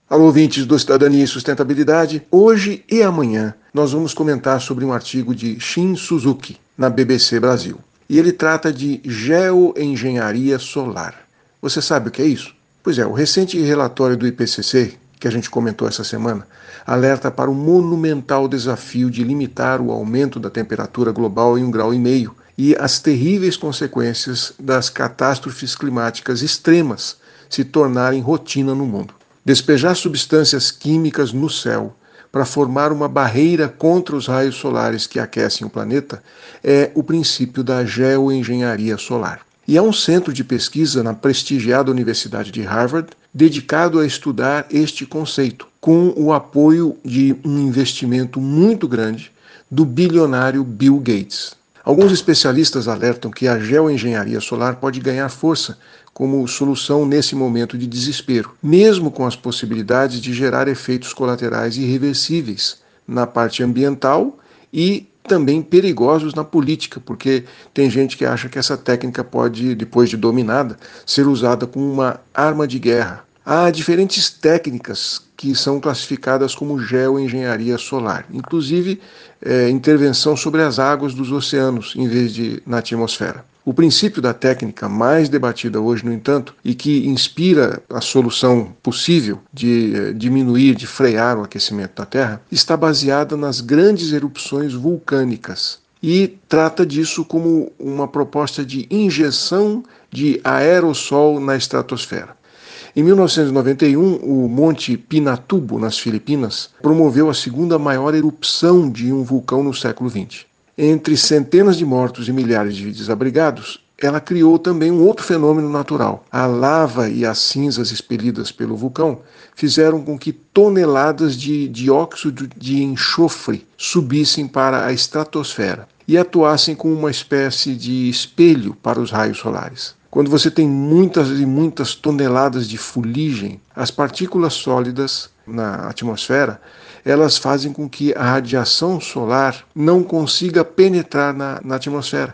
Alô, ouvintes do Cidadania e Sustentabilidade. Hoje e amanhã nós vamos comentar sobre um artigo de Shin Suzuki, na BBC Brasil. E ele trata de geoengenharia solar. Você sabe o que é isso? Pois é, o recente relatório do IPCC, que a gente comentou essa semana, alerta para o monumental desafio de limitar o aumento da temperatura global em 1,5 graus e as terríveis consequências das catástrofes climáticas extremas se tornarem rotina no mundo. Despejar substâncias químicas no céu para formar uma barreira contra os raios solares que aquecem o planeta é o princípio da geoengenharia solar. E há um centro de pesquisa na prestigiada Universidade de Harvard dedicado a estudar este conceito, com o apoio de um investimento muito grande do bilionário Bill Gates. Alguns especialistas alertam que a geoengenharia solar pode ganhar força como solução nesse momento de desespero, mesmo com as possibilidades de gerar efeitos colaterais irreversíveis na parte ambiental e também perigosos na política, porque tem gente que acha que essa técnica pode, depois de dominada, ser usada como uma arma de guerra. Há diferentes técnicas que são classificadas como geoengenharia solar, inclusive intervenção sobre as águas dos oceanos em vez de na atmosfera. O princípio da técnica mais debatida hoje, no entanto, e que inspira a solução possível de diminuir, de frear o aquecimento da Terra, está baseada nas grandes erupções vulcânicas e trata disso como uma proposta de injeção de aerossol na estratosfera. Em 1991, o Monte Pinatubo, nas Filipinas, promoveu a segunda maior erupção de um vulcão no século XX. Entre centenas de mortos e milhares de desabrigados, ela criou também um outro fenômeno natural. A lava e as cinzas expelidas pelo vulcão fizeram com que toneladas de dióxido de enxofre subissem para a estratosfera e atuassem como uma espécie de espelho para os raios solares. Quando você tem muitas e muitas toneladas de fuligem, as partículas sólidas na atmosfera, elas fazem com que a radiação solar não consiga penetrar na atmosfera.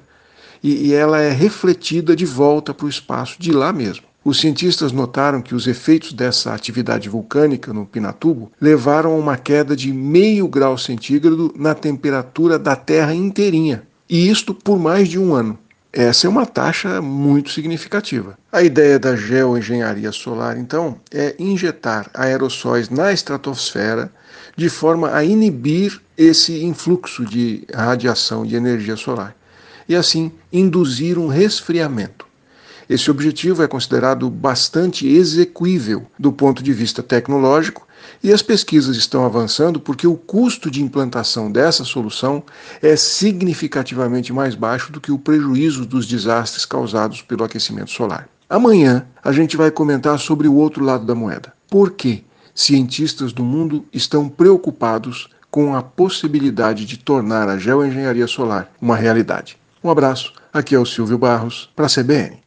E ela é refletida de volta para o espaço, de lá mesmo. Os cientistas notaram que os efeitos dessa atividade vulcânica no Pinatubo levaram a uma queda de 0,5 grau centígrado na temperatura da Terra inteirinha. E isto por mais de um ano. Essa é uma taxa muito significativa. A ideia da geoengenharia solar, então, é injetar aerossóis na estratosfera de forma a inibir esse influxo de radiação de energia solar e, assim, induzir um resfriamento. Esse objetivo é considerado bastante execuível do ponto de vista tecnológico e as pesquisas estão avançando porque o custo de implantação dessa solução é significativamente mais baixo do que o prejuízo dos desastres causados pelo aquecimento solar. Amanhã a gente vai comentar sobre o outro lado da moeda. Por que cientistas do mundo estão preocupados com a possibilidade de tornar a geoengenharia solar uma realidade? Um abraço, aqui é o Silvio Barros, para a CBN.